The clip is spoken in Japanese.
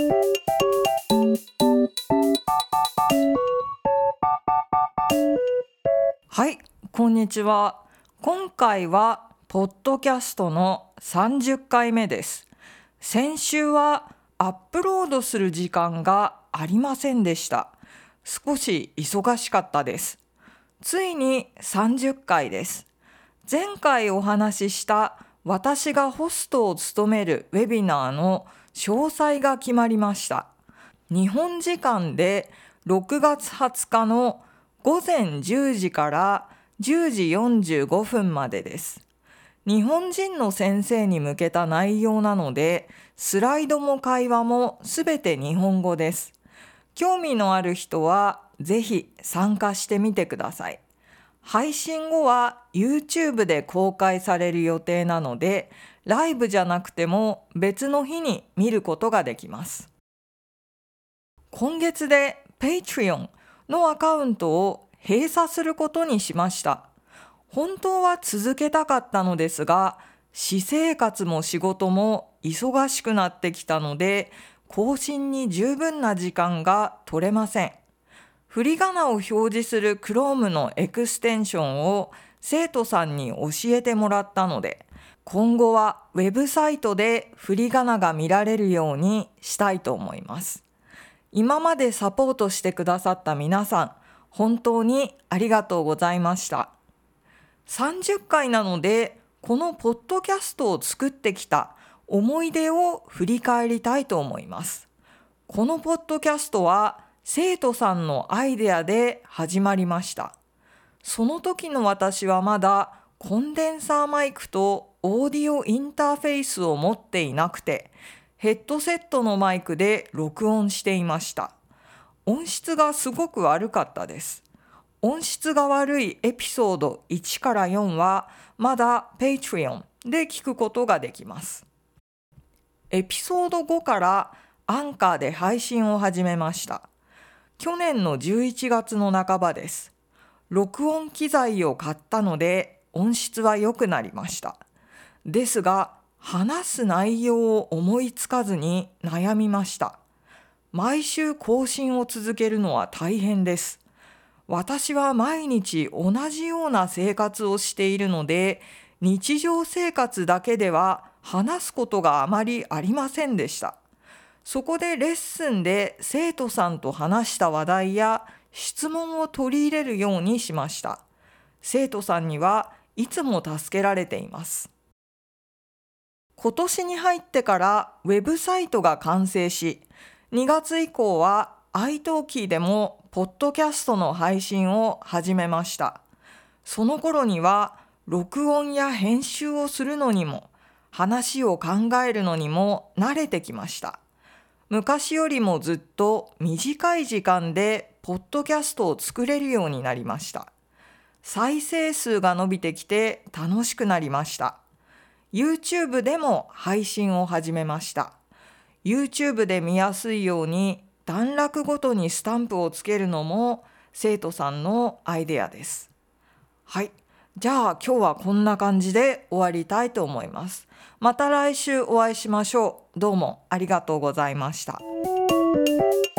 はい、こんにちは。今回はポッドキャストの30回目です。先週はアップロードする時間がありませんでした。少し忙しかったです。ついに30回です。前回お話しした私がホストを務めるウェビナーの詳細が決まりました。日本時間で6月20日の午前10時から10時45分までです。日本人の先生に向けた内容なので、スライドも会話もすべて日本語です。興味のある人はぜひ参加してみてください。配信後は YouTube で公開される予定なので、ライブじゃなくても別の日に見ることができます。今月で Patreon のアカウントを閉鎖することにしました。本当は続けたかったのですが、私生活も仕事も忙しくなってきたので、更新に十分な時間が取れません。振り仮名を表示する Chrome のエクステンションを生徒さんに教えてもらったので、今後はウェブサイトで振り仮名が見られるようにしたいと思います。今までサポートしてくださった皆さん、本当にありがとうございました。30回なので、このポッドキャストを作ってきた思い出を振り返りたいと思います。このポッドキャストは生徒さんのアイデアで始まりました。その時の私はまだコンデンサーマイクとオーディオインターフェースを持っていなくて、ヘッドセットのマイクで録音していました。音質がすごく悪かったです。音質が悪いエピソード1から4はまだ Patreon で聞くことができます。エピソード5からアンカーで配信を始めました。去年の11月の半ばです。録音機材を買ったので音質は良くなりました。ですが、話す内容を思いつかずに悩みました。毎週更新を続けるのは大変です。私は毎日同じような生活をしているので、日常生活だけでは話すことがあまりありませんでした。そこでレッスンで生徒さんと話した話題や質問を取り入れるようにしました。生徒さんにはいつも助けられています。今年に入ってからウェブサイトが完成し、2月以降は iTalki でもポッドキャストの配信を始めました。その頃には録音や編集をするのにも話を考えるのにも慣れてきました。昔よりもずっと短い時間でポッドキャストを作れるようになりました。再生数が伸びてきて楽しくなりました。YouTube でも配信を始めました。YouTube で見やすいように段落ごとにスタンプをつけるのも生徒さんのアイデアです。はい。じゃあ今日はこんな感じで終わりたいと思います。また来週お会いしましょう。どうもありがとうございました。